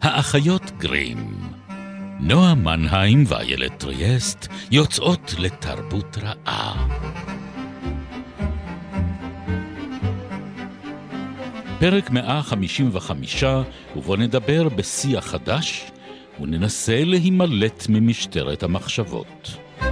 האחיות גרים. נועה מנהיים ואיילת טריאסט יוצאות לתרבות רעה. פרק 155, ובו נדבר בשיח חדש, וננסה להימלט ממשטרת המחשבות.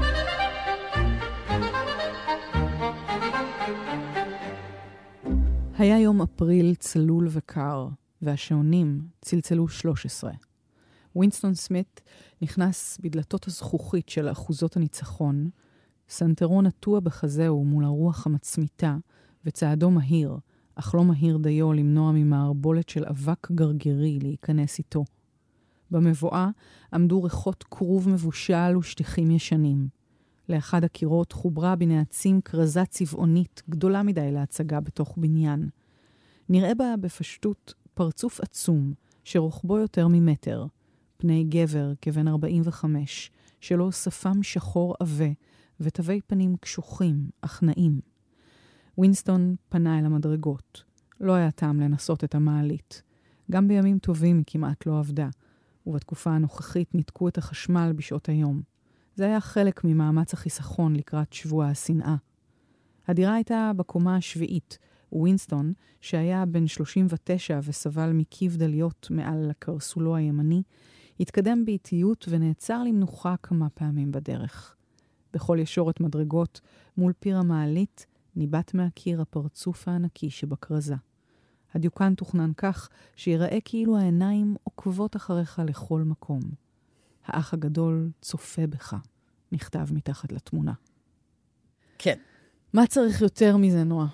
היה יום אפריל צלול וקר, והשעונים צלצלו 13. ווינסטון סמית נכנס בדלתות הזכוכית של אחוזות הניצחון, סנטרו נטוע בחזהו מול הרוח המצמיתה, וצעדו מהיר, אך לא מהיר דיו למנוע ממערבולת של אבק גרגרי להיכנס איתו. במבואה עמדו ריחות קרוב מבושל ושטיחים ישנים. לאחד הקירות חוברה בנעצים קרזה צבעונית גדולה מדי להצגה בתוך בניין. נראה בה בפשטות פרצוף עצום שרוחבו יותר ממטר, פני גבר כבן 45, שלו שפם שחור עבה ותווי פנים קשוחים אך נעים. ווינסטון פנה אל המדרגות. לא היה טעם לנסות את המעלית. גם בימים טובים היא כמעט לא עבדה, ובתקופה הנוכחית ניתקו את החשמל בשעות היום. זה היה חלק ממאמץ החיסכון לקראת שבוע השנאה. הדירה הייתה בקומה השביעית, ווינסטון, שהיה בן 39 וסבל מקיב דליות מעל הקרסולו הימני, התקדם באיטיות ונעצר למנוחה כמה פעמים בדרך. בכל ישורת מדרגות, מול פיר המעלית, ניבט מהקיר הפרצוף הענקי שבקרזה. הדיוקן תוכנן כך שיראה כאילו העיניים עוקבות אחריך לכל מקום. האח הגדול צופה בך, נכתב מתחת לתמונה. כן. מה צריך יותר מזה, נועה?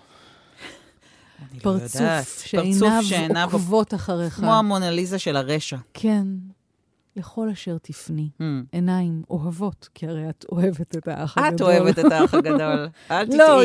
פרצוף שעיניו עוקבות אחריך. כמו המונליזה של הרשע. כן. לכל אשר תפני. עיניים אוהבות, כי הרי את אוהבת את האח הגדול. את אוהבת את האח הגדול. אל תטעי. לא,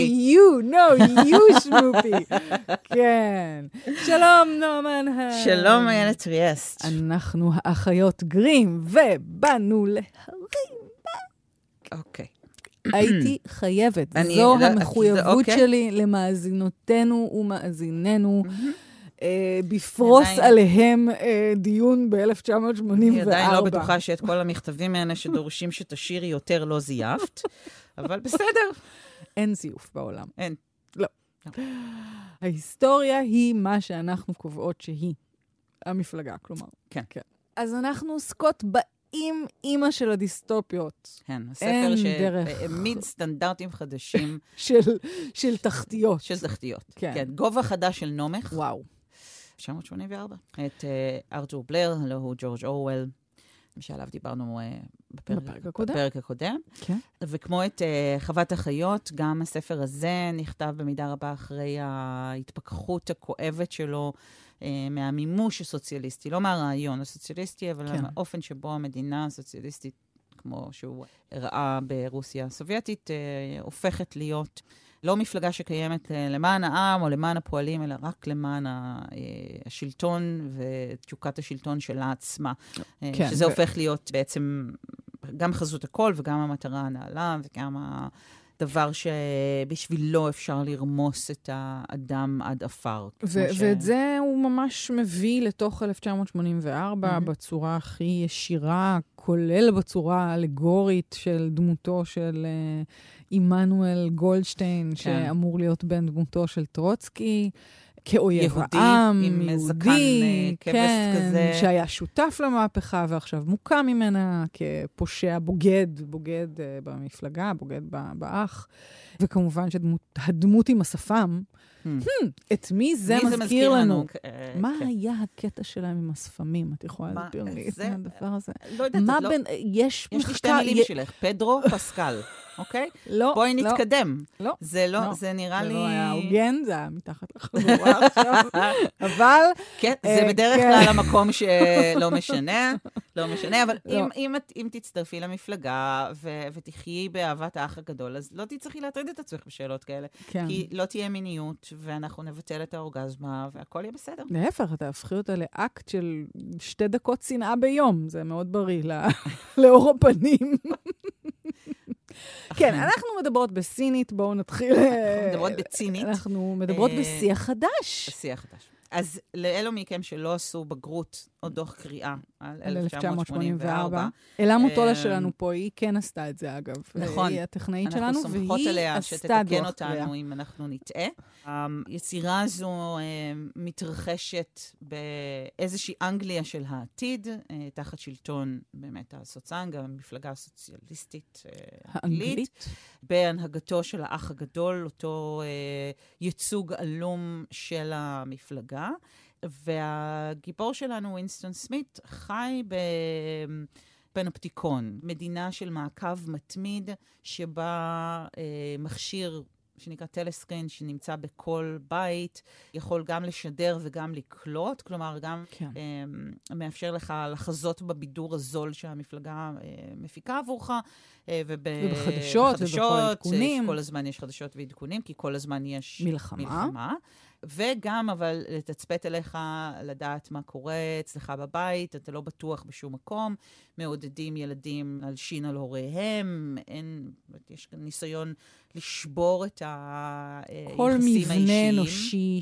you שמופי. כן. שלום, נועה מנהיים. שלום, איילת טריאסט. אנחנו האחיות גרים, ובאנו להרים. אוקיי. הייתי חייבת. זו המחויבות שלי למאזינותינו ומאזיננו. בפרוס עליהם דיון ב-1984. אני עדיין לא בטוחה שאת כל המכתבים האלה שדורשים שתשירי יותר לא זייפת, אבל בסדר. אין זיוף בעולם. אין. לא. ההיסטוריה היא מה שאנחנו קובעות שהיא. המפלגה, כלומר. כן. אז אנחנו עוסקות באמא של הדיסטופיות. כן, הספר שהעמיד סטנדרטים חדשים. של תחתיות. של תחתיות. כן. גובה חדש של נומך. וואו. 1984. את ארתור בלר, לא הוא ג'ורג' אורוול, שעליו דיברנו בפרק הקודם. כן. וכמו את חוות החיות, גם הספר הזה נכתב במידה רבה אחרי ההתפכחות הכואבת שלו, מהמימוש הסוציאליסטי, לא מהרעיון הסוציאליסטי, אבל האופן שבו המדינה הסוציאליסטית, כמו שהוא ראה ברוסיה הסובייטית, הופכת להיות לא מפלגה שקיימת למען העם או למען הפועלים, אלא רק למען השלטון ותשוקת השלטון שלה עצמה. כן, שזה הופך להיות בעצם גם חזות הכל וגם המטרה הנעלה וגם דבר שבשבילו אפשר לרמוס את האדם עד אפר. ואת זה הוא ממש מביא לתוך 1984 בצורה הכי ישירה, כולל בצורה האלגורית של דמותו של עמנואל גולדשטיין, שאמור להיות בן דמותו של טרוצקי, כאויב העם, יהודי, כן, שהיה שותף למהפכה ועכשיו מוקם ממנה כפושע בוגד במפלגה, בוגד באח, וכמובן שהדמות עם השפם, את מי זה מזכיר לנו? מה היה הקטע שלהם עם השפמים? את יכולה להסביר לי את הדבר הזה? לא יודעת, יש לי שתי מילים שלך, פדרו פסקל, אוקיי? לא. בואי נתקדם. לא. זה נראה לי... זה לא היה הוגן, זה היה מתחת לחבורה עכשיו. אבל... כן, זה בדרך כלל המקום שלא משנה, אבל אם תצטרפי למפלגה ותחיי באהבת האח הגדול, אז לא תצטרכי להטריד את עצמך בשאלות כאלה. כי לא תהיה מיניות, ואנחנו נבטל את האורגזמה, והכל יהיה בסדר. להפך, אתה הפכי אותה לאקט של 2 דקות שנאה ביום. זה מאוד בריא לאור הפנים. כן, אנחנו מדברות בסינית, בואו נתחיל... אנחנו מדברות בצינית. אנחנו מדברות בשיח חדש. בשיח חדש. אז לאלו מכם שלא עשו בגרות עוד דוח קריאה על על 1984. אלה מוטולה שלנו פה, היא כן עשתה את זה, אגב. נכון. היא הטכנאית שלנו, אנחנו סומכות והיא עליה עשתה שתתקן דוח קריאה. אותנו אם אנחנו נטעה. היצירה הזו מתרחשת באיזושהי אנגליה של העתיד, תחת שלטון באמת הסוצאנג, המפלגה הסוציאליסטית האנגלית, בהנהגתו של האח הגדול, אותו ייצוג עלום של המפלגה. והגיבור שלנו, ווינסטון סמית, חי פנופטיקון, מדינה של מעקב מתמיד, שבה מכשיר שנקרא טלסקרין, שנמצא בכל בית, יכול גם לשדר וגם לקלוט, כלומר גם מאפשר לך לחזות בבידור הזול שהמפלגה מפיקה עבורך, ובחדשות ובכל עדכונים. כל הזמן יש חדשות ועדכונים, כי כל הזמן יש מלחמה. וגם, אבל לתצפת אליך, לדעת מה קורה אצלך בבית, אתה לא בטוח בשום מקום, מעודדים ילדים להלשין על הוריהם, יש כאן ניסיון לשבור את היחסים האישיים. כל מבנה אנושי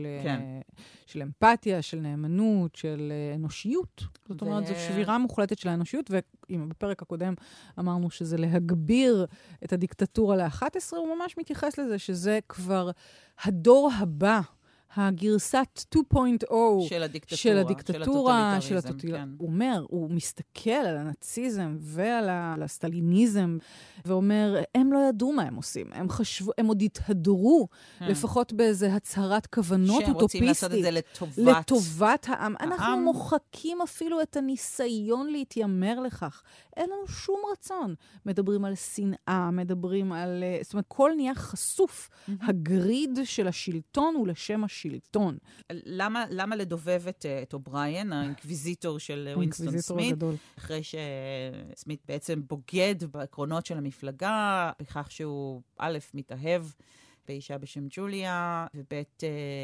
של אמפתיה, של נאמנות, של אנושיות. זאת אומרת, זו שבירה מוחלטת של האנושיות, ואם בפרק הקודם אמרנו שזה להגביר את הדיקטטורה ל-11, הוא ממש מתייחס לזה שזה כבר הדור הבא, הגרסת 2.0 של הדיקטטורה, של הטוטליטריזם. הוא אומר, הוא מסתכל על הנאציזם ועל הסטליניזם, ואומר, הם לא ידעו מה הם עושים. הם חשבו, הם עוד התהדרו, לפחות באיזה הצהרת כוונות אוטופיסטית. שהם רוצים לעשות את זה לטובת העם. אנחנו מוחקים אפילו את הניסיון להתיימר לכך. אין לנו שום רצון. מדברים על שנאה, מדברים על... זאת אומרת, כל נהיה חשוף. הגריד של השלטון הוא לשם השלטון. למה לדובב את אובריין, האינקוויזיטור של ווינסטון סמית, אחרי שסמית בעצם בוגד בעקרונות של המפלגה, בכך שהוא א', מתאהב באישה בשם ג'וליה, וב'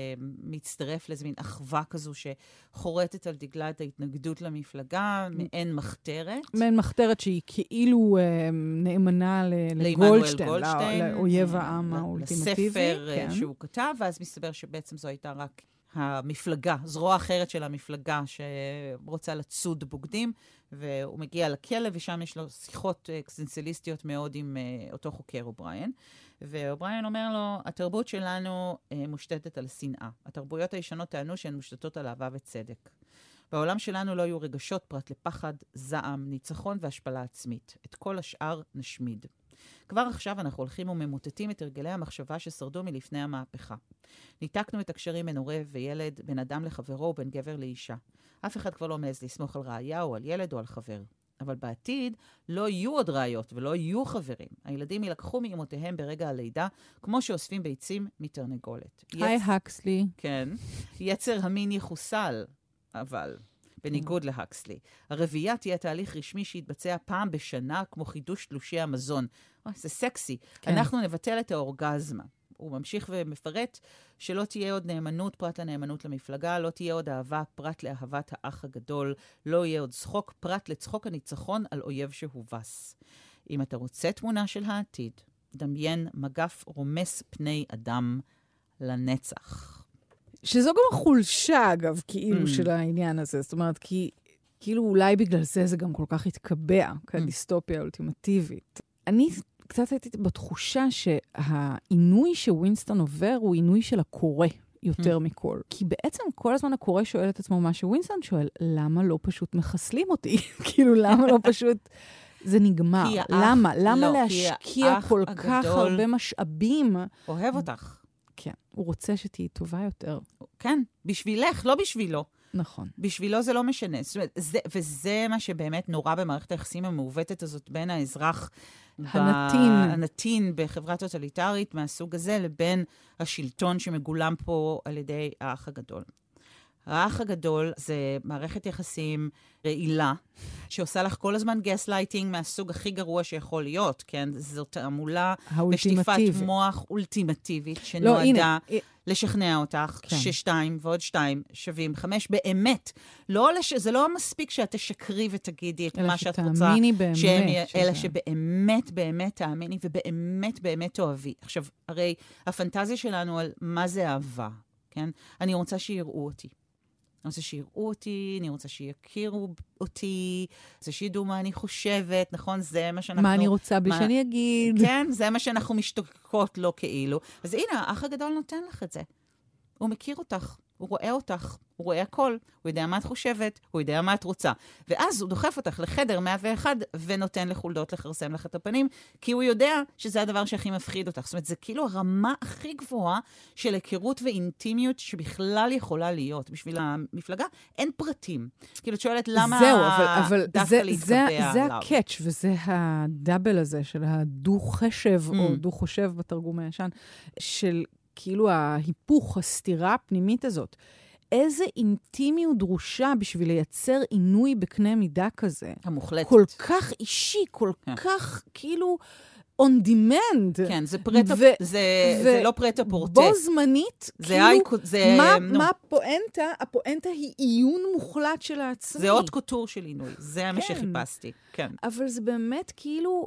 מצטרף לאיזו מין אחווה כזו שחורטת על דגלה את ההתנגדות למפלגה, מעין מחתרת. מעין מחתרת שהיא כאילו נאמנה לגולדשטיין, לאויב העם האולטימטיבי. לספר שהוא כתב, ואז מסתבר שבעצם זו הייתה רק המפלגה, זרוע אחרת של המפלגה שרוצה לצוד בוגדים, והוא מגיע לכלא, ושם יש לו שיחות אקסטנציאליסטיות מאוד עם אותו חוקר אובריין. ואובריין אומר לו, התרבות שלנו מושתתת על שנאה. התרבויות הישנות טענו שהן מושתתות על אהבה וצדק. בעולם שלנו לא יהיו רגשות פרט לפחד, זעם, ניצחון והשפלה עצמית. את כל השאר נשמיד. כבר עכשיו אנחנו הולכים וממוטטים את הרגלי המחשבה ששרדו מלפני המהפכה. ניתקנו את הקשרים בין הורה וילד, בין אדם לחברו ובין גבר לאישה. אף אחד כבר לא מעז לסמוך על רעיה או על ילד או על חבר. אבל בעתיד לא יהיו עוד ראיות ולא יהיו חברים. הילדים ילקחו מאמותיהם ברגע הלידה, כמו שאוספים ביצים מתרנגולת. היי הקסלי. כן. יצר המין יחוסל, אבל בניגוד להקסלי. הרבייה תהיה תהליך רשמי שיתבצע פעם בשנה, כמו חידוש תלושי המזון. זה סקסי. כן. אנחנו נבטל את האורגזמה. הוא ממשיך ומפרט שלא תהיה עוד נאמנות פרט לנאמנות למפלגה, לא תהיה עוד אהבה פרט לאהבת האח הגדול, לא יהיה עוד צחוק פרט לצחוק הניצחון על אויב שהובס. אם אתה רוצה תמונה של העתיד, דמיין מגף רומס פני אדם לנצח. שזו גם החולשה, אגב, כאילו, של העניין הזה. זאת אומרת, כי כאילו אולי בגלל זה גם כל כך התקבע, כדיסטופיה האולטימטיבית. אני קצת הייתי בתחושה שהעינוי שווינסטון עובר הוא עינוי של הקורא יותר מכל. כי בעצם כל הזמן הקורא שואל את עצמו מה שווינסטון שואל, למה לא פשוט מחסלים אותי? כאילו, למה לא פשוט... זה נגמר. למה? למה להשקיע כל כך הרבה משאבים? אוהב אותך. כן, הוא רוצה שתהיי טובה יותר. כן, בשבילך, לא בשבילו. נכון. בשבילו זה לא משנה. זאת אומרת, וזה מה שבאמת נורא במערכת היחסים המעוותת הזאת בין האזרח הנתין בחברה טוטליטרית מהסוג הזה, לבין השלטון שמגולם פה על ידי האח הגדול. האח הגדול זה מערכת יחסים רעילה, שעושה לך כל הזמן גסלייטינג מהסוג הכי גרוע שיכול להיות, כן? זאת תעמולה ושטיפת מוח אולטימטיבית, שנועדה לשכנע אותך ששתיים ועוד שתיים שווים 5, באמת. זה לא מספיק שאת תשקרי ותגידי את מה שאת רוצה, אלא שבאמת, באמת תאמיני ובאמת, באמת תאהבי. עכשיו, הרי הפנטזיה שלנו על מה זה אהבה, כן? אני רוצה שיראו אותי. אני רוצה שיראו אותי, אני רוצה שיכירו אותי, זה שידעו מה אני חושבת, נכון? זה מה שאנחנו... מה אני רוצה בלי שאני אגיד. כן, זה מה שאנחנו משתוקקות לו כאילו. אז הנה, האח הגדול נותן לך את זה. הוא מכיר אותך, הוא רואה אותך, הוא רואה הכל, הוא יודע מה את חושבת, הוא יודע מה את רוצה. ואז הוא דוחף אותך לחדר 101 ונותן לחולדות לחרסם לך את הפנים, כי הוא יודע שזה הדבר שהכי מפחיד אותך. זאת אומרת, זה כאילו הרמה הכי גבוהה של היכרות ואינטימיות שבכלל יכולה להיות. בשביל המפלגה אין פרטים. כאילו, את שואלת למה דווקא להתקבע עליו. זה הקאץ' וזה הדאבל הזה של הדו-חשב, או דו-חושב בתרגום הישן, של כאילו ההיפוך, הסתירה הפנימית הזאת. איזה אינטימיות דרושה בשביל לייצר עינוי בקנה מידה כזה. המוחלטת. כל כך אישי, כל כך כאילו on demand. כן, זה לא פרטה פורטה. בו זמנית, כאילו, מה הפואנטה? הפואנטה היא עיון מוחלט של העצמי. זה עוד קוטור של עינוי, זה מה שחיפשתי. כן. אבל זה באמת כאילו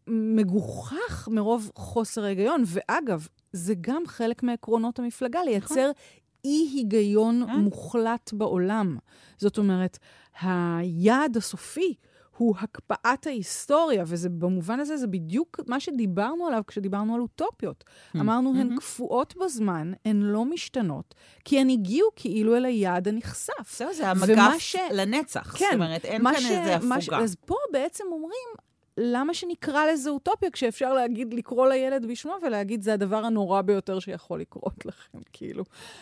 מגוחך מרוב חוסר ההיגיון, ואגב, זה גם חלק מעקרונות המפלגה, לייצר אי-היגיון מוחלט בעולם. זאת אומרת, היעד הסופי הוא הקפאת ההיסטוריה, וזה במובן הזה, זה בדיוק מה שדיברנו עליו כשדיברנו על אוטופיות. אמרנו, הן קפואות בזמן, הן לא משתנות, כי הן הגיעו כאילו אל היעד הנחשף. זהו, זה המגף לנצח. כן. זאת אומרת, אין כאן איזה הפוגה. אז פה בעצם אומרים, למה שנקרא לזה אוטופיה, כשאפשר לקרוא לילד בשמו, ולהגיד, זה הדבר הנורא ביותר שיכול לקרות לכם, כאילו.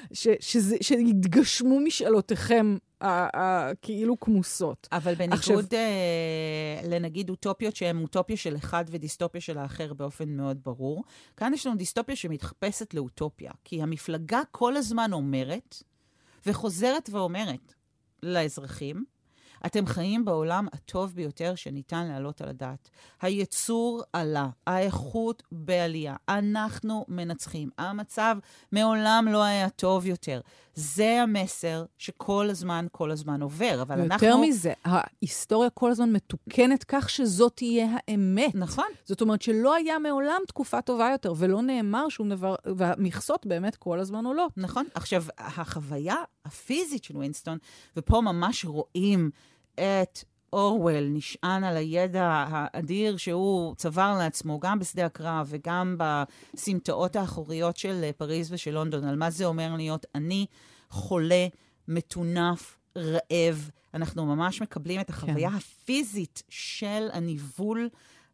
שיתגשמו משאלותיכם, כאילו כמוסות. אבל בניגוד לנגיד אוטופיות, שהן אוטופיה של אחד ודיסטופיה של האחר באופן מאוד ברור, כאן יש לנו דיסטופיה שמתחפשת לאוטופיה, כי המפלגה כל הזמן אומרת, וחוזרת ואומרת לאזרחים, אתם חיים בעולם הטוב ביותר שניתן להעלות על הדעת. היצור עלה, האיכות בעלייה. אנחנו מנצחים. המצב מעולם לא היה טוב יותר. זה המסר שכל הזמן עובר. אבל יותר מזה, ההיסטוריה כל הזמן מתוקנת כך שזאת תהיה האמת. נכון. זאת אומרת שלא היה מעולם תקופה טובה יותר, ולא נאמר שום דבר, והמכסות באמת כל הזמן עולות. נכון. עכשיו, החוויה הפיזית של ווינסטון, ופה ממש רואים את אורוול נשען על הידע האדיר שהוא צבר לעצמו, גם בשדה הקרב וגם בסמטאות האחוריות של פריז ושל לונדון, על מה זה אומר להיות אני חולה, מטונף, רעב. אנחנו ממש מקבלים את החוויה הפיזית של הניבול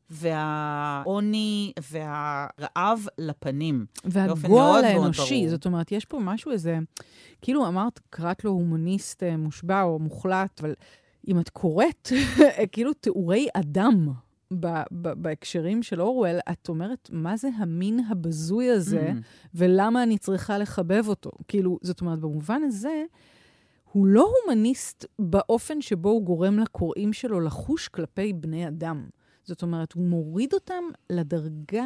והעוני והרעב לפנים. והגועל האנושי, זאת אומרת, יש פה משהו איזה, כאילו אמרת, קראת לו הומניסט מושבע או מוחלט, אבל אם את קוראת, כאילו תיאורי אדם בהקשרים של אורוול, את אומרת, מה זה המין הבזוי הזה, ולמה אני צריכה לחבב אותו? כאילו, זאת אומרת, במובן הזה, הוא לא הומניסט באופן שבו הוא גורם לקוראים שלו לחוש כלפי בני אדם. זאת אומרת, הוא מוריד אותם לדרגה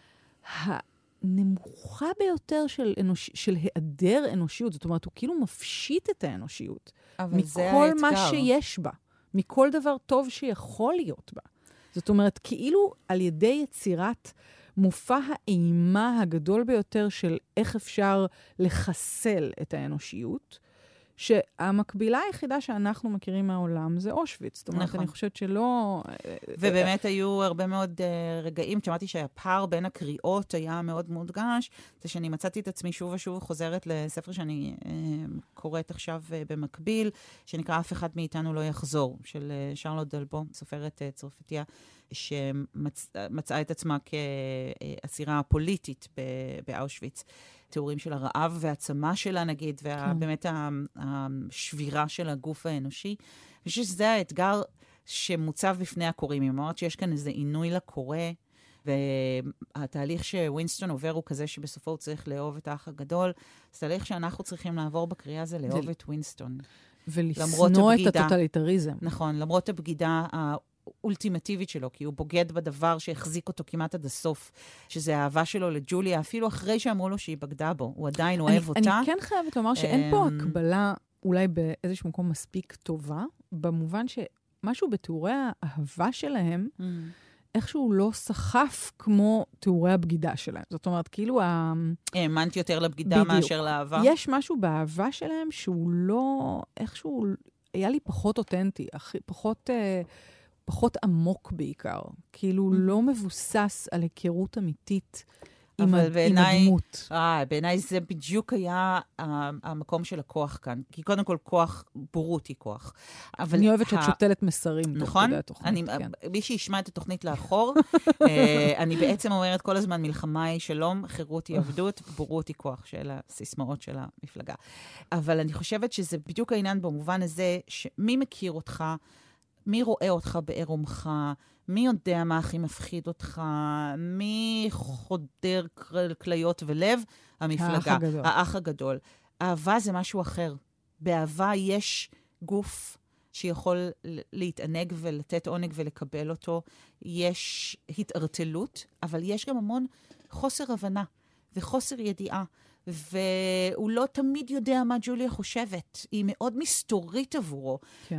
הנמוכה ביותר של היעדר אנושיות. זאת אומרת, הוא כאילו מפשיט את האנושיות. מכל מה שיש בה. מכל דבר טוב שיכול להיות בה. זאת אומרת, כאילו על ידי יצירת מופע האימה הגדול ביותר של איך אפשר לחסל את האנושיות, שהמקבילה היחידה שאנחנו מכירים מהעולם זה אושוויץ. זאת אומרת, אני חושבת שלא... ובאמת היו הרבה מאוד רגעים, שמעתי שהפער בין הקריאות היה מאוד מודגש, זה שאני מצאתי את עצמי שוב ושוב חוזרת לספר שאני קוראת עכשיו במקביל, שנקרא אף אחד מאיתנו לא יחזור, של שרלוט דלבו, סופרת צרפתיה, שמצאה את עצמה כאסירה פוליטית באושוויץ. תיאורים של הרעב והעצמה שלה, נגיד, ובאמת השבירה של הגוף האנושי. אני חושבת שזה האתגר שמוצב בפני הקוראים. היא אומרת שיש כאן איזה עינוי לקורא, והתהליך שווינסטון עובר הוא כזה שבסופו הוא צריך לאהוב את האח הגדול. זה תהליך שאנחנו צריכים לעבור בקריאה הזה, לאהוב את ווינסטון. ולשנוא את הטוטליטריזם. נכון, למרות הבגידה אולטימטיבית שלו, כי הוא בוגד בדבר שהחזיק אותו כמעט עד הסוף, שזה האהבה שלו לג'וליה, אפילו אחרי שאמרו לו שהיא בגדה בו, הוא עדיין אוהב אותה. אני כן חייבת לומר שאין פה הקבלה, אולי באיזשהו מקום מספיק טובה, במובן שמשהו בתיאורי האהבה שלהם, איכשהו לא סחף כמו תיאורי הבגידה שלהם. זאת אומרת, כאילו האמנתי יותר לבגידה מאשר לאהבה. יש משהו באהבה שלהם שהוא לא, איכשהו, היה לי פחות אותנטי, פחות עמוק בעיקר. כאילו לא מבוסס על היכרות אמיתית עם הדמות. בעיניי זה בדיוק היה המקום של הכוח כאן. כי קודם כל כוח, בורות היא כוח. אני אוהבת שאת שותלת מסרים. נכון? מי שישמע את התוכנית לאחור, אני בעצם אומרת כל הזמן, מלחמה היא שלום, חירות היא עבדות, בורות היא כוח, של הסיסמאות של המפלגה. אבל אני חושבת שזה בדיוק העניין במובן הזה, שמי מכיר אותך, מי רואה אותך בעירומך, מי יודע מה הכי מפחיד אותך, מי חודר כליות ולב? המפלגה. האח הגדול. אהבה זה משהו אחר. באהבה יש גוף שיכול להתענג ולתת עונג ולקבל אותו. יש התערטלות, אבל יש גם המון חוסר הבנה וחוסר ידיעה. והוא לא תמיד יודע מה ג'וליה חושבת. היא מאוד מסתורית עבורו,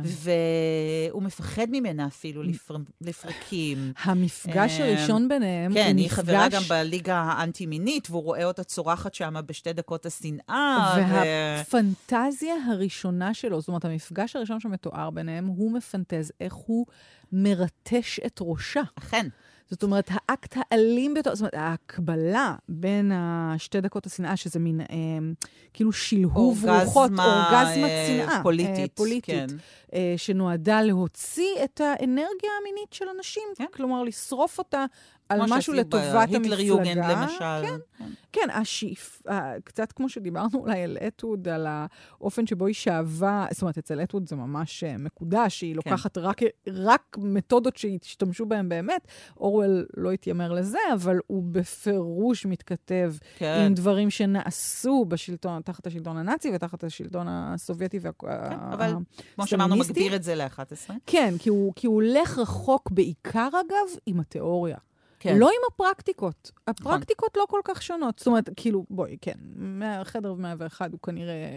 והוא מפחד ממנה אפילו לפרקים. המפגש הראשון ביניהם, כן, היא חברה גם בליגה האנטי-מינית, והוא רואה אותה צורחת שם בשתי דקות השנאה. והפנטזיה הראשונה שלו, זאת אומרת, המפגש הראשון שמתואר ביניהם, הוא מפנטז איך הוא מרטש את ראשה. אכן. זאת אומרת, האקט האלים ביותר, זאת אומרת, ההקבלה בין השתי דקות השנאה, שזה מין, כאילו שלהוב רוחות, אורגזמת שנאה. פוליטית. כן. שנועדה להוציא את האנרגיה המינית של אנשים, כן. כלומר, לשרוף אותה על משהו לטובת המפלגה. היטלר יוגנד, למשל. כן, קצת כמו שדיברנו אולי על אטווד, על האופן שבו היא שאהבה, זאת אומרת, אצל אטווד זה ממש מקודש, שהיא לוקחת רק מתודות שהשתמשו בהן באמת. אורוול לא התיימר לזה, אבל הוא בפירוש מתכתב עם דברים שנעשו תחת השלטון הנאצי ותחת השלטון הסובייטי אבל כמו שאמרנו, מגדיר את זה ל-11. כן, כי הוא הולך רחוק בעיקר, אגב, עם התיאוריה. לא עם הפרקטיקות. הפרקטיקות לא כל כך שונות. זאת אומרת, כאילו, בואי, כן, החדר 101 הוא כנראה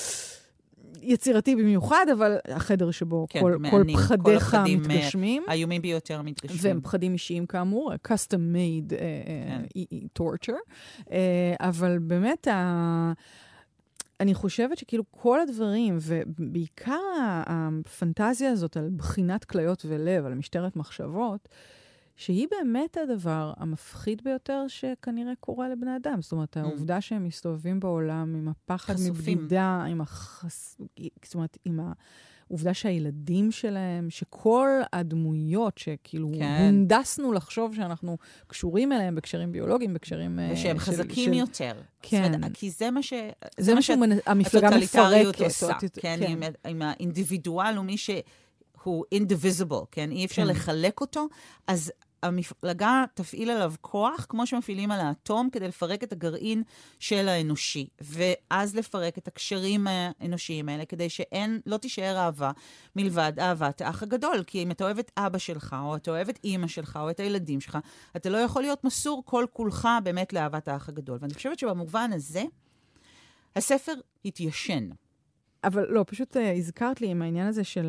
יצירתי במיוחד, אבל החדר שבו כל פחדיך מתגשמים. האיומים ביותר מתגשמים. והם פחדים אישיים כאמור, custom made torture. אבל באמת, אני חושבת שכאילו כל הדברים, ובעיקר הפנטזיה הזאת על בחינת כליות ולב, על משטרת מחשבות, שהיא באמת הדבר המפחיד ביותר שכנראה קורה לבני אדם. זאת אומרת, העובדה שהם מסתובבים בעולם עם הפחד מבגידה, זאת אומרת, עם העובדה שהילדים שלהם, שכל הדמויות שכאילו הונדסנו לחשוב שאנחנו קשורים אליהם בקשרים ביולוגיים, בקשרים ושהם חזקים יותר. כן. כי זה מה המפלגה מפרקת עושה. כן, עם האינדיבידואל ומי שהוא indivisible, כן? אי אפשר לחלק אותו, אז המפלגה תפעיל עליו כוח, כמו שמפעילים על האטום, כדי לפרק את הגרעין של האנושי, ואז לפרק את הקשרים האנושיים האלה, כדי לא תישאר אהבה מלבד אהבת האח הגדול, כי אם אתה אוהב את אבא שלך, או אתה אוהב את אמא שלך, או את הילדים שלך, אתה לא יכול להיות מסור כל כולך באמת לאהבת האח הגדול. ואני חושבת שבמובן הזה, הספר התיישן. אבל לא, פשוט הזכרת לי עם העניין הזה של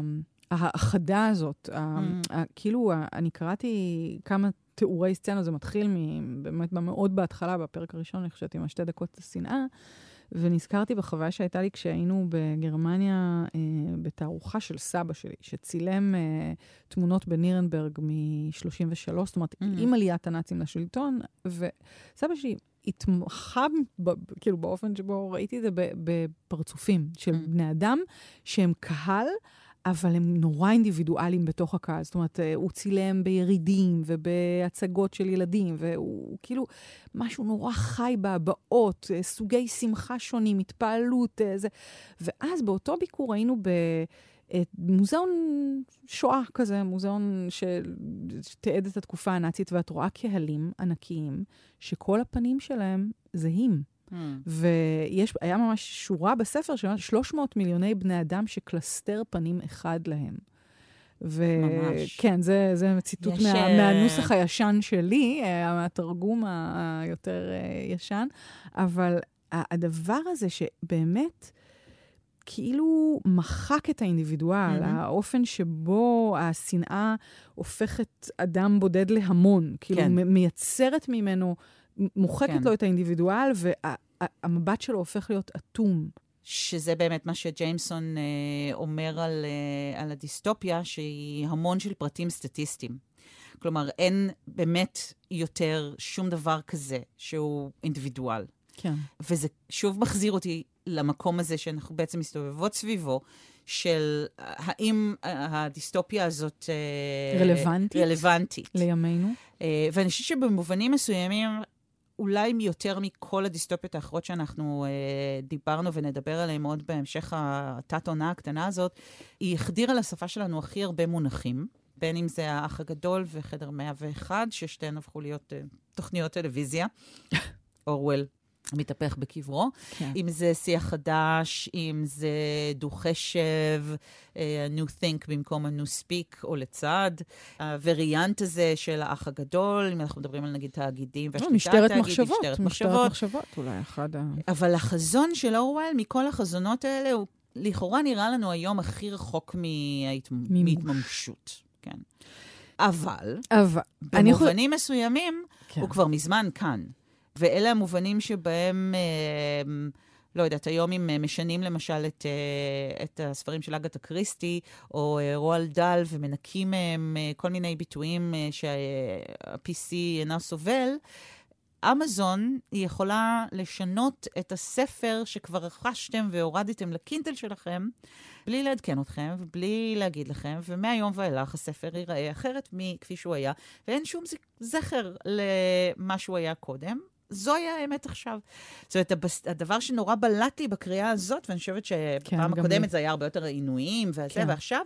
האחדה הזאת, כאילו, אני קראתי כמה תיאורי סצנה, זה מתחיל באמת מאוד בהתחלה, בפרק הראשון, אני חושבת, עם השתי דקות השנאה, ונזכרתי בחוויה שהייתה לי כשהיינו בגרמניה, בתערוכה של סבא שלי, שצילם תמונות בנירנברג מ-33, זאת אומרת, עם עליית הנאצים לשלטון, וסבא שלי התמחה, כאילו, באופן שבו ראיתי את זה בפרצופים של בני אדם, שהם קהל, אבל הם נורא אינדיבידואליים בתוך הקהל. זאת אומרת, הוא צילם בירידים ובהצגות של ילדים, והוא כאילו משהו נורא חי בהבעות, סוגי שמחה שונים, התפעלות, זה. ואז באותו ביקור היינו במוזיאון שואה כזה, מוזיאון שתיעד את התקופה הנאצית, ואת רואה קהלים ענקיים, שכל הפנים שלהם זהים. והיה ממש שורה בספר של 300 מיליוני בני אדם שקלסטר פנים אחד להם. וכן, זה ציטוט מהנוסח הישן שלי, מהתרגום היותר ישן, אבל הדבר הזה שבאמת, כאילו מחק את האינדיבידואל, האופן שבו השנאה הופכת אדם בודד להמון, כאילו מייצרת ממנו, מוחקת לו את האינדיבידואל, והמבט שלו הופך להיות אטום. שזה באמת מה שג'יימסון אומר על הדיסטופיה, שהיא המון של פרטים סטטיסטיים. כלומר, אין באמת יותר שום דבר כזה שהוא אינדיבידואל. כן. וזה שוב מחזיר אותי למקום הזה שאנחנו בעצם מסתובבות סביבו, של האם הדיסטופיה הזאת רלוונטית. לימינו. ואני חושבת שבמובנים מסוימים, אולי יותר מכל הדיסטופיות האחרות שאנחנו דיברנו ונדבר עליהן עוד בהמשך התת-עונה הקטנה הזאת, היא החדירה לשפה שלנו הכי הרבה מונחים, בין אם זה האח הגדול וחדר 101, ששתיהן הפכו להיות תוכניות טלוויזיה, אורוול מתהפך בקברו. כן. אם זה שיח חדש, אם זה דו-חשב, new think במקום ה-new speak או לצד. הווריאנט הזה של האח הגדול, אם אנחנו מדברים על נגיד תאגידים והשליטה התאגיד, משטרת מחשבות, אולי אחד אבל החזון של אורוול, מכל החזונות האלה, הוא לכאורה נראה לנו היום הכי רחוק מהתממשות. כן. אבל במובנים מסוימים, הוא כבר מזמן כאן. ואלה המובנים שבהם, לא יודעת, היום אם משנים למשל את הספרים של אגתה קריסטי, או רואלד דאל, ומנקים מהם כל מיני ביטויים שה-PC אינה סובל, אמזון היא יכולה לשנות את הספר שכבר רכשתם והורדתם לקינדל שלכם, בלי לעדכן אתכם ובלי להגיד לכם, ומהיום ואילך הספר ייראה אחרת מכפי שהוא היה, ואין שום זכר למה שהוא היה קודם. זוהי האמת עכשיו. זאת אומרת, הדבר שנורא בלט לי בקריאה הזאת, ואני חושבת שבפעם הקודמת זה היה הרבה יותר עינויים, ועכשיו,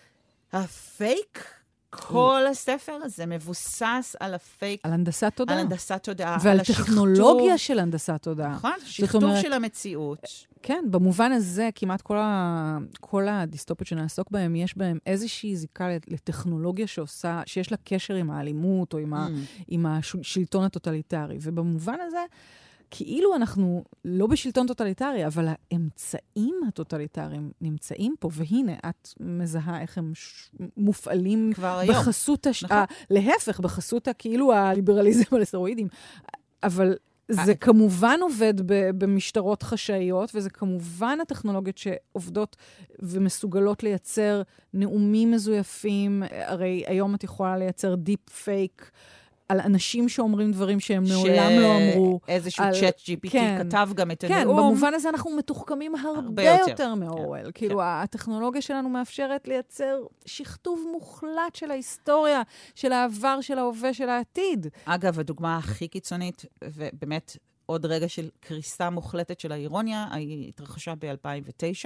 הפייק, כל הספר הזה מבוסס על הפייק. על הנדסת תודעה. על הנדסת תודעה. ועל טכנולוגיה של הנדסת תודעה. נכון, שכתוב של המציאות. כן, במובן הזה, כמעט כל הדיסטופיות שנעסוק בהם, יש בהם איזושהי זיקה לטכנולוגיה שיש לה קשר עם האלימות, או עם השלטון הטוטליטרי. ובמובן הזה, כאילו אנחנו לא בשלטון טוטליטרי, אבל האמצעים הטוטליטריים נמצאים פה, והנה, את מזהה איך הם מופעלים בחסות, להפך, בחסות כאילו הליברליזם על הסטרואידים. אבל זה כמובן עובד במשטרות חשאיות, וזה כמובן הטכנולוגיות שעובדות ומסוגלות לייצר נאומים מזויפים. הרי היום את יכולה לייצר דיפ פייק, על אנשים שאומרים דברים שהם מעולם לא אמרו. איזשהו צ'אט GPT כתב גם את הנאום. כן, במובן הזה אנחנו מתוחכמים הרבה יותר מאורוול. כאילו, הטכנולוגיה שלנו מאפשרת לייצר שכתוב מוחלט של ההיסטוריה, של העבר, של ההווה, של העתיד. אגב, הדוגמה הכי קיצונית, ובאמת עוד רגע של קריסה מוחלטת של האירוניה, היא התרחשה ב-2009.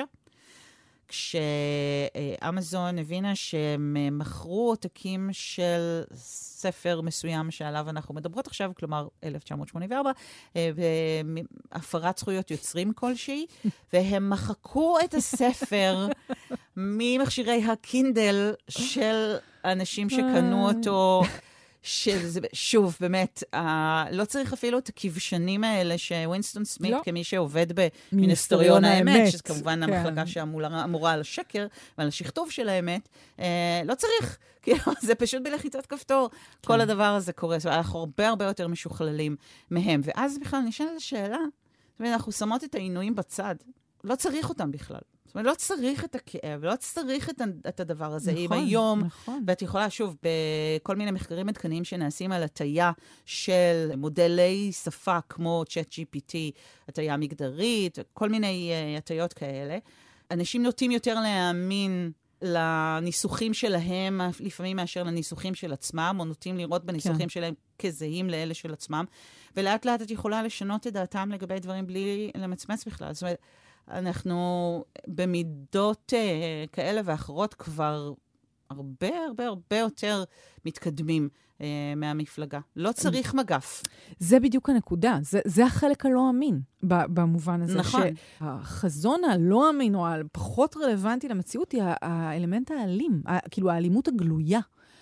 כשאמזון הבינה שהם מכרו עותקים של ספר מסוים שעליו אנחנו מדברות עכשיו, כלומר 1984, בהפרת זכויות יוצרים כלשהי, והם מחקו את הספר ממכשירי הקינדל של אנשים שקנו אותו, שוב, באמת, לא צריך אפילו את הכבשנים האלה שווינסטון סמית, כמי שעובד במיניסטריון האמת, שזה כמובן המחלקה שאמורה על השקר ועל השכתוב של האמת, לא צריך, זה פשוט בלחיצת כפתור. כל הדבר הזה קורה, אנחנו הרבה יותר משוכללים מהם. ואז בכלל נשאלת השאלה, אנחנו שמות את העינויים בצד, לא צריך אותם בכלל. זאת אומרת, לא צריך את הכאב, לא צריך את הדבר הזה. אם היום, ואת יכולה, שוב, בכל מיני מחקרים עדכניים שנעשים על הטיה של מודלי שפה, כמו צ'אט GPT, הטיה מגדרית, כל מיני הטיות כאלה, אנשים נוטים יותר להאמין לניסוחים שלהם, לפעמים מאשר לניסוחים של עצמם, או נוטים לראות בניסוחים שלהם כזהים לאלה של עצמם, ולאט לאט את יכולה לשנות את דעתם לגבי דברים בלי למצמץ בכלל. זאת אומרת, אנחנו במידות כאלה ואחרות כבר הרבה יותר מתקדמים מהמפלגה. לא צריך מגף. זה בדיוק הנקודה. זה החלק הלא אמין במובן הזה. נכון. שהחזון הלא אמין או הפחות רלוונטי למציאות היא האלמנט האלים, כאילו האלימות הגלויה.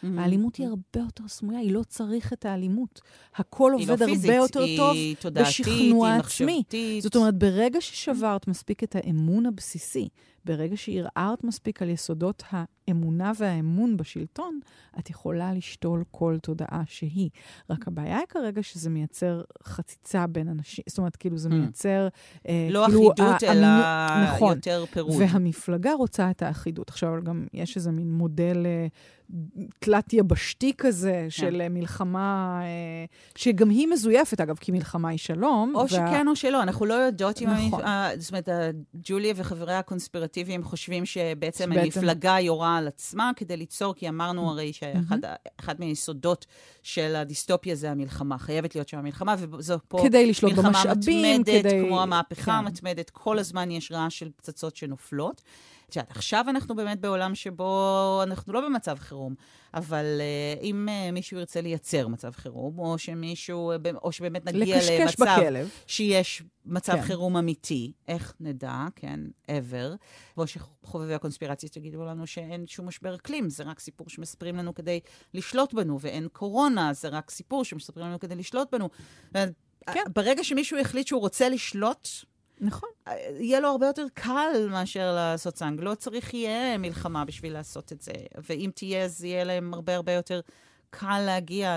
האלימות היא הרבה יותר סמויה, היא לא צריך את האלימות. הכל עובד לא פיזית, הרבה יותר טוב בשכנוע היא עצמי. מחשבתית. זאת אומרת, ברגע ששברת מספיק את האמון הבסיסי, ברגע שערערת מספיק על יסודות האמונה והאמון בשלטון, את יכולה לשתול כל תודעה שהיא. רק הבעיה היא כרגע שזה מייצר חציצה בין אנשים, זאת אומרת, כאילו זה מייצר... לא כאילו אחידות, אלא נכון, יותר פירוד. והמפלגה רוצה את האחידות. עכשיו, גם יש איזה מין מודל תלת יבשתי כזה, של מלחמה, שגם היא מזויפת, אגב, כי מלחמה היא שלום. או שכן או שלא, אנחנו לא יודעות אם... נכון. זאת אומרת, ג'וליה וחבריה הקונספירטיביים חושבים שבעצם המפלגה יורה על עצמה כדי ליצור, כי אמרנו הרי שאחד מהיסודות של הדיסטופיה זה המלחמה. חייבת להיות שם המלחמה, וזו פה כדי לשלוט מלחמה במשאבים, מתמדת, כמו המהפכה המתמדת, כל הזמן יש רעש של פצצות שנופלות. עכשיו אנחנו באמת בעולם שבו אנחנו לא במצב חירום, אבל אם מישהו ירצה לייצר מצב חירום, או שבאמת נגיע למצב שיש מצב חירום אמיתי, איך נדע, כן, ever, או שחובבי הקונספירציה תגידו לנו שאין שום משבר אקלים, זה רק סיפור שמספרים לנו כדי לשלוט בנו, ואין קורונה, זה רק סיפור שמספרים לנו כדי לשלוט בנו. ברגע שמישהו יחליט שהוא רוצה לשלוט, נכון. יהיה לו הרבה יותר קל מאשר לעשות סנג. לא צריך יהיה מלחמה בשביל לעשות את זה. ואם תהיה, אז יהיה להם הרבה יותר קל להגיע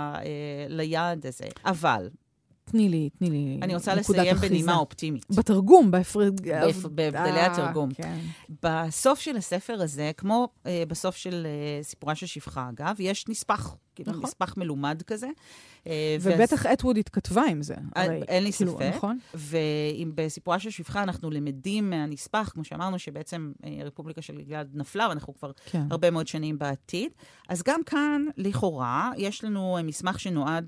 ליעד הזה. אבל... תני לי אני רוצה לסיים בנימה אופטימית. בתרגום, בהבדלי התרגום. כן. בסוף של הספר הזה, כמו בסוף של סיפורה של שפחה, אגב, יש נספח, כאילו נספח מלומד כזה. ובטח אטווד התכתבה עם זה. אין לי ספק. נכון. ואם בסיפורה של שפחה אנחנו למדים מהנספח, כמו שאמרנו שבעצם הרפובליקה של גלעד נפלה, ואנחנו כבר הרבה מאוד שנים בעתיד. אז גם כאן, לכאורה, יש לנו מסמך שנועד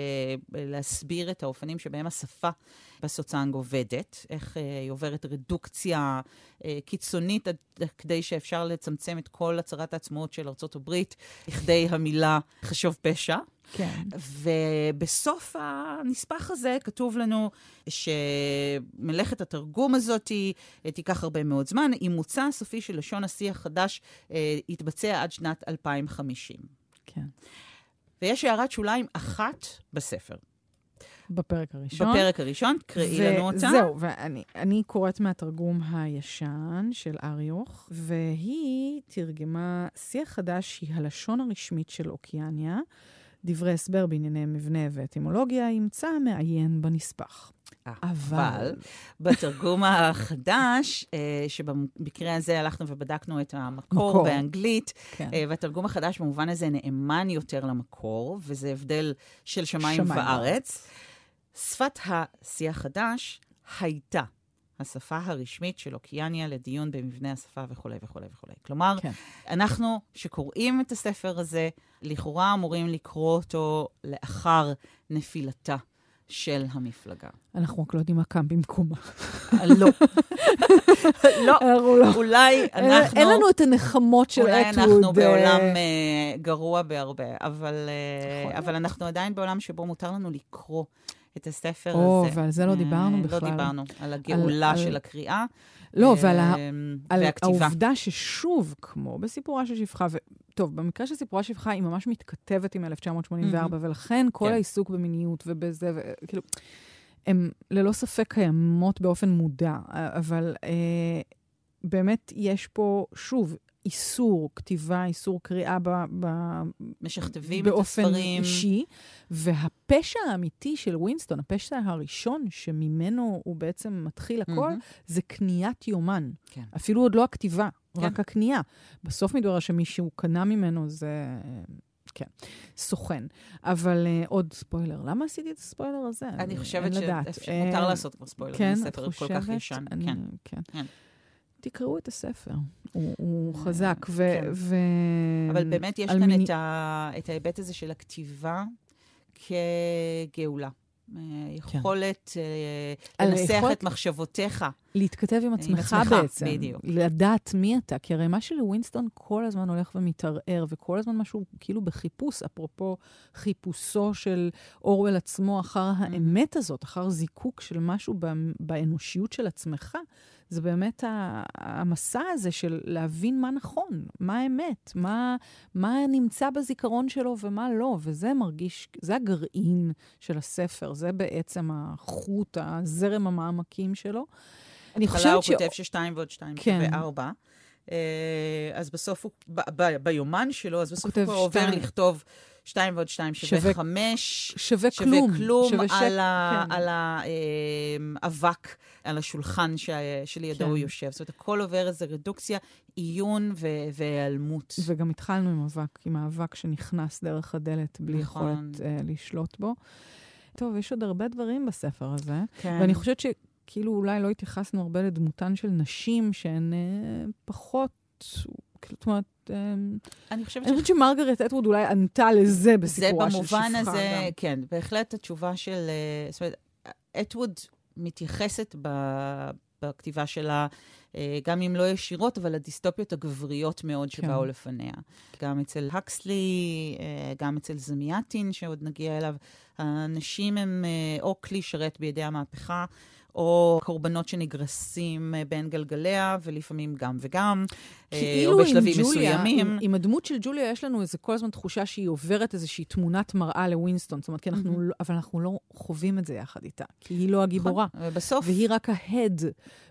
להסביר את האופנים שבהם השפה בסוצאנג עובדת, איך היא עוברת רדוקציה קיצונית כדי שאפשר לצמצם את כל הצהרת העצמאות של ארצות הברית, לכדי המילה חשוב פשע. כן. ובסוף הנספח הזה כתוב לנו שמלאכת התרגום הזאת תיקח הרבה מאוד זמן. אימוצה הסופי של לשון השיא החדש יתבצע עד שנת 2050. כן. ויש הערת שוליים אחת בספר. בפרק הראשון. בפרק הראשון, קראי לנו אותה. זהו, ואני קוראת מהתרגום הישן של אריוך, והיא תרגמה, שיא החדש היא הלשון הרשמית של אוקיאניה, דברי הסבר בענייני מבנה ואטימולוגיה, ימצא מעיין בנספח. אבל בתרגום החדש, שבמקרה הזה הלכנו ובדקנו את המקור באנגלית, והתרגום החדש במובן הזה נאמן יותר למקור, וזה הבדל של שמיים וארץ. שפת השיא החדש הייתה השפה הרשמית של אוקיאניה לדיון במבנה השפה וכו' וכו' וכו'. כלומר, אנחנו שקוראים את הספר הזה, לכאורה אמורים לקרוא אותו לאחר נפילתה של המפלגה. אנחנו רק לא יודעים מה קם במקומה. לא. לא. אולי אנחנו... אין לנו את הנחמות של אטווד. אולי אנחנו בעולם גרוע בהרבה, אבל אנחנו עדיין בעולם שבו מותר לנו לקרוא את הספר הזה. ועל זה לא דיברנו בכלל. לא דיברנו, על הגאולה של הקריאה. לא, ועל העובדה ששוב, כמו בסיפורה של שפחה, טוב, במקרה של סיפורה של שפחה, היא ממש מתכתבת עם 1984, ולכן כל העיסוק במיניות ובזה, כאילו, הם ללא ספק קיימות באופן מודע, אבל באמת יש פה, שוב, איסור כתיבה, איסור קריאה משכתבים את הספרים. באופן אישי, והפשע האמיתי של ווינסטון, הפשע הראשון שממנו הוא בעצם מתחיל הכל, זה קניית יומן. כן. אפילו עוד לא הכתיבה, רק הקנייה. בסוף מדבר שמישהו קנה ממנו זה... כן, סוכן. אבל עוד ספוילר. למה עשיתי את הספוילר הזה? אני חושבת שמותר לעשות כבר ספוילר. כן, את חושבת? כל כך ישן. כן. תקראו את הספר, הוא חזק. אבל באמת יש כאן את ההיבט הזה של הכתיבה כגאולה. יכולת לנסח את מחשבותיך. להתכתב עם עצמך בעצם. בדיוק. לדעת מי אתה. כי הרי מה שלווינסטון כל הזמן הולך ומתערער, וכל הזמן משהו כאילו בחיפוש, אפרופו חיפושו של אורוול עצמו אחר האמת הזאת, אחר זיקוק של משהו באנושיות של עצמך, זה באמת המסע הזה של להבין מה נכון, מה האמת, מה נמצא בזיכרון שלו ומה לא, וזה מרגיש, זה הגרעין של הספר, זה בעצם החוט, הזרם המעמקים שלו. אני חושבת הוא כותב ש2 ועוד 2 שווה 4. אז בסוף הוא, ביומן שלו, אז בסוף הוא עובר לכתוב 2 ועוד 2 שווה 5. שווה כלום. על האבק, על השולחן שלידו הוא יושב. זאת אומרת, הכל עובר איזו רדוקציה, עיון והיעלמות. וגם התחלנו עם האבק שנכנס דרך הדלת, בלי יכולת לשלוט בו. טוב, יש עוד הרבה דברים בספר הזה. ואני חושבת כאילו אולי לא התייחסנו הרבה לדמותן של נשים שהן פחות, זאת אומרת, אני חושבת שמרגרט אטווד אולי ענתה לזה בסיפורה של שפחה. זה במובן הזה, כן, בהחלט התשובה של, זאת אומרת, אטווד מתייחסת בכתיבה שלה, גם אם לא ישירות, אבל הדיסטופיות הגבריות מאוד שבאו לפניה. גם אצל הקסלי, גם אצל זמיאטין, שעוד נגיע אליו, הנשים הם או כלי שרת בידי המהפכה, או קורבנות שנגרסים בין גלגליה, ולפעמים גם וגם, או בשלבים מסוימים. עם הדמות של ג'וליה יש לנו כל הזמן תחושה שהיא עוברת איזושהי תמונת מראה לווינסטון, זאת אומרת, אבל אנחנו לא חווים את זה יחד איתה, כי היא לא הגיבורה. ובסוף... והיא רק ההד,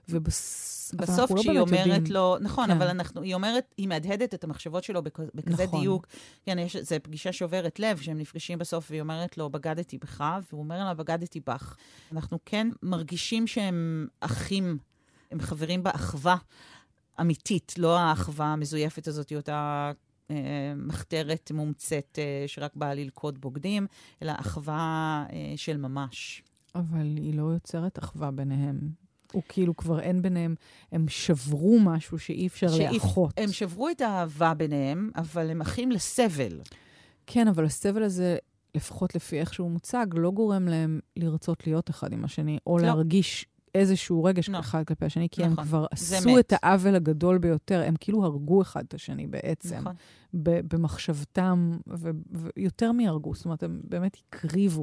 בסוף כשהיא אומרת לו, נכון, אבל היא אומרת, היא מהדהדת את המחשבות שלו בכזה דיוק. כן, זו פגישה שעוברת לב, שהם נפגשים בסוף, והיא אומרת לו, בגדתי בך, והוא אומר לה, בגדתי בך. אנחנו כן מרגישים שהם אחים, הם חברים באחווה אמיתית, לא האחווה המזויפת הזאת, אותה מחתרת מומצאת שרק באה ללכוד בוגדים, אלא אחווה של ממש. אבל היא לא יוצרת אחווה ביניהם. הוא כאילו כבר אין ביניהם, הם שברו משהו שאי אפשר לאחות. הם שברו את האהבה ביניהם, אבל הם אחים לסבל. כן, אבל הסבל הזה, לפחות לפי איך שהוא מוצג, לא גורם להם לרצות להיות אחד עם השני, או להרגיש איזשהו רגש אחד כלפי השני, כי הם כבר עשו את העוול הגדול ביותר, הם כאילו הרגו אחד את השני בעצם, במחשבתם, ויותר מהרגו, זאת אומרת, הם באמת הקריבו.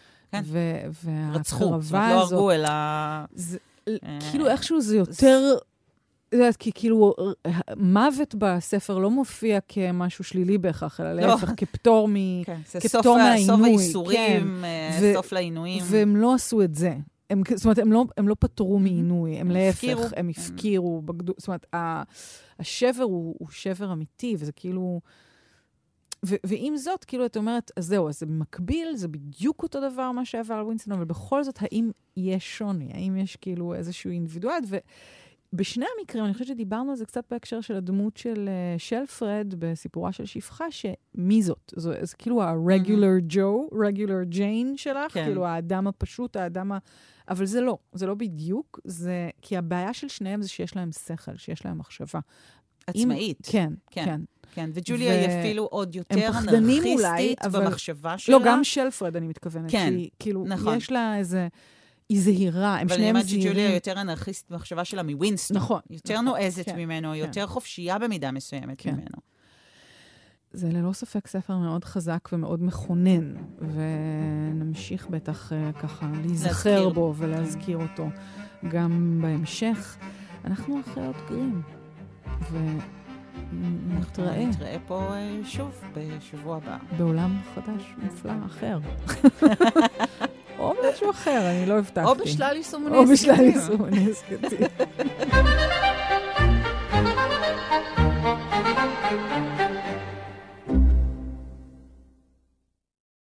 רצחו, זאת אומרת, לא הרגו, אלא... כאילו איכשהו זה יותר, כי כאילו מוות בספר לא מופיע כמשהו שלילי בהכרח, אלא להפך, כפטור מהעינוי. סוף האיסורים, סוף לעינויים. והם לא עשו את זה. זאת אומרת, הם לא פטרו מעינוי, הם להפך, הם הפקירו. זאת אומרת, השבר הוא שבר אמיתי, וזה כאילו... ועם זאת, כאילו, את אומרת, אז זהו, אז זה מקביל, זה בדיוק אותו דבר מה שעבר על ווינסטון, אבל בכל זאת, האם יש שוני? האם יש כאילו איזשהו אינדיבידואל? ובשני המקרים, אני חושבת שדיברנו על זה קצת בהקשר של הדמות של שלפרד, בסיפורה של שפחה, שמי זאת? זה כאילו ה-regular Joe, regular Jane שלך, כאילו האדם הפשוט, אבל זה לא בדיוק, זה, כי הבעיה של שניהם זה שיש להם שכל, שיש להם מחשבה. עצמאית. כן. כן, וג'וליה היא אפילו עוד יותר אנרכיסטית במחשבה שלה. לא, גם שלפרד אני מתכוונת. כן, כאילו, יש לה איזה... היא זהירה, הם שניהם זהירים. אבל אני אומרת שג'וליה יותר אנרכיסט במחשבה שלה מווינסטון. נכון. יותר נועזת ממנו, יותר חופשייה במידה מסוימת ממנו. זה ללא ספק ספר מאוד חזק ומאוד מכונן, ונמשיך בטח ככה להיזכר בו ולהזכיר אותו גם בהמשך. אנחנו אחיות גרים, נתראה פה שוב בשבוע הבא. בעולם חדש מופלא אחר. או משהו אחר, אני לא הבטחתי. או בשלל יישומוני הסקטים.